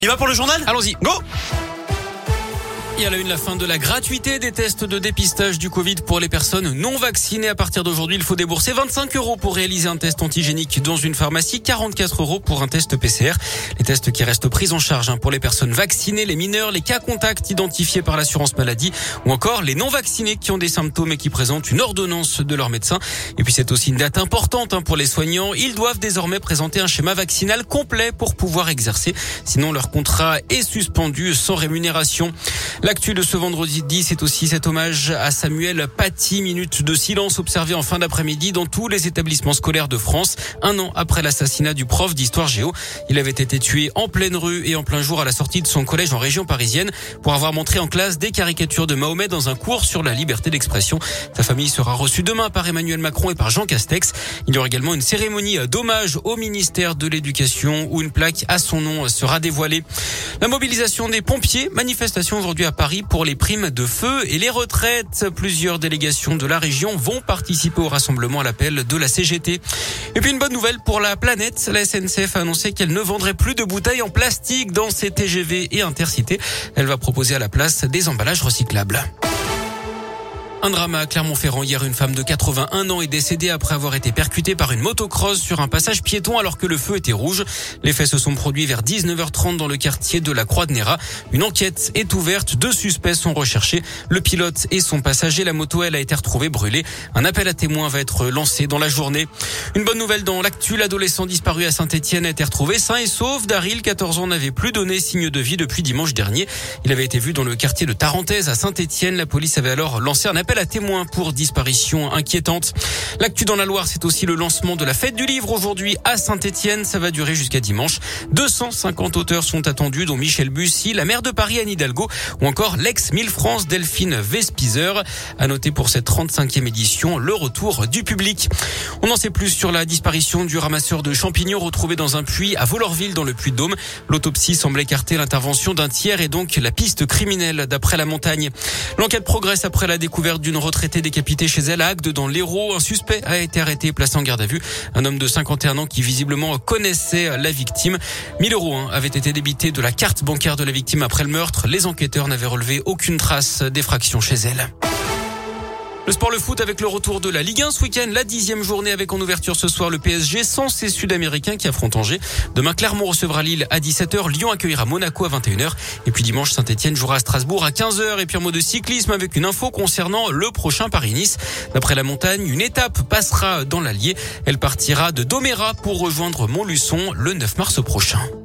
Il va pour le journal ? Allons-y. Go ! Et à la une, la fin de la gratuité des tests de dépistage du Covid pour les personnes non vaccinées. À partir d'aujourd'hui, il faut débourser 25 € pour réaliser un test antigénique dans une pharmacie, 44 € pour un test PCR. Les tests qui restent pris en charge pour les personnes vaccinées, les mineurs, les cas contacts identifiés par l'assurance maladie ou encore les non vaccinés qui ont des symptômes et qui présentent une ordonnance de leur médecin. Et puis c'est aussi une date importante pour les soignants. Ils doivent désormais présenter un schéma vaccinal complet pour pouvoir exercer. Sinon, leur contrat est suspendu sans rémunération. L'actu de ce vendredi, c'est aussi cet hommage à Samuel Paty. Minute de silence observée en fin d'après-midi dans tous les établissements scolaires de France. 1 an après l'assassinat du prof d'histoire géo. Il avait été tué en pleine rue et en plein jour à la sortie de son collège en région parisienne pour avoir montré en classe des caricatures de Mahomet dans un cours sur la liberté d'expression. Sa famille sera reçue demain par Emmanuel Macron et par Jean Castex. Il y aura également une cérémonie d'hommage au ministère de l'Éducation où une plaque à son nom sera dévoilée. La mobilisation des pompiers, manifestation aujourd'hui à Paris pour les primes de feu et les retraites. Plusieurs délégations de la région vont participer au rassemblement à l'appel de la CGT. Et puis une bonne nouvelle pour la planète. La SNCF a annoncé qu'elle ne vendrait plus de bouteilles en plastique dans ses TGV et Intercités. Elle va proposer à la place des emballages recyclables. Un drame à Clermont-Ferrand. Hier, une femme de 81 ans est décédée après avoir été percutée par une motocross sur un passage piéton alors que le feu était rouge. Les faits se sont produits vers 19h30 dans le quartier de la Croix-de-Néra. Une enquête est ouverte. 2 suspects sont recherchés. Le pilote et son passager. La moto, elle, a été retrouvée brûlée. Un appel à témoins va être lancé dans la journée. Une bonne nouvelle dans l'actu. L'adolescent disparu à Saint-Étienne a été retrouvé sain et sauf. Daryl, 14 ans, n'avait plus donné signe de vie depuis dimanche dernier. Il avait été vu dans le quartier de Tarentaise à Saint-Étienne. La police avait alors lancé un appel à témoins pour disparition inquiétante. L'actu dans la Loire, c'est aussi le lancement de la fête du livre aujourd'hui à Saint-Étienne. Ça va durer jusqu'à dimanche. 250 auteurs sont attendus, dont Michel Bussy, la maire de Paris Anne Hidalgo ou encore l'ex-Mille-France Delphine Vespizer. À noter pour cette 35e édition le retour du public. On en sait plus sur la disparition du ramasseur de champignons retrouvé dans un puits à Vollorville dans le Puy-de-Dôme. L'autopsie semble écarter l'intervention d'un tiers et donc la piste criminelle d'après la Montagne. L'enquête progresse après la découverte d'une retraitée décapitée chez elle à Agde dans l'Hérault. Un suspect a été arrêté et placé en garde à vue. Un homme de 51 ans qui visiblement connaissait la victime. 1 000 € avaient été débités de la carte bancaire de la victime après le meurtre. Les enquêteurs n'avaient relevé aucune trace d'effraction chez elle. Le sport, le foot avec le retour de la Ligue 1 ce week-end, la 10e journée avec en ouverture ce soir le PSG sans ses Sud-Américains qui affrontent Angers. Demain, Clermont recevra Lille à 17h, Lyon accueillera Monaco à 21h et puis dimanche, Saint-Etienne jouera à Strasbourg à 15h. Et puis en mode de cyclisme avec une info concernant le prochain Paris-Nice. D'après la Montagne, une étape passera dans l'Allier. Elle partira de Domérat pour rejoindre Montluçon le 9 mars prochain.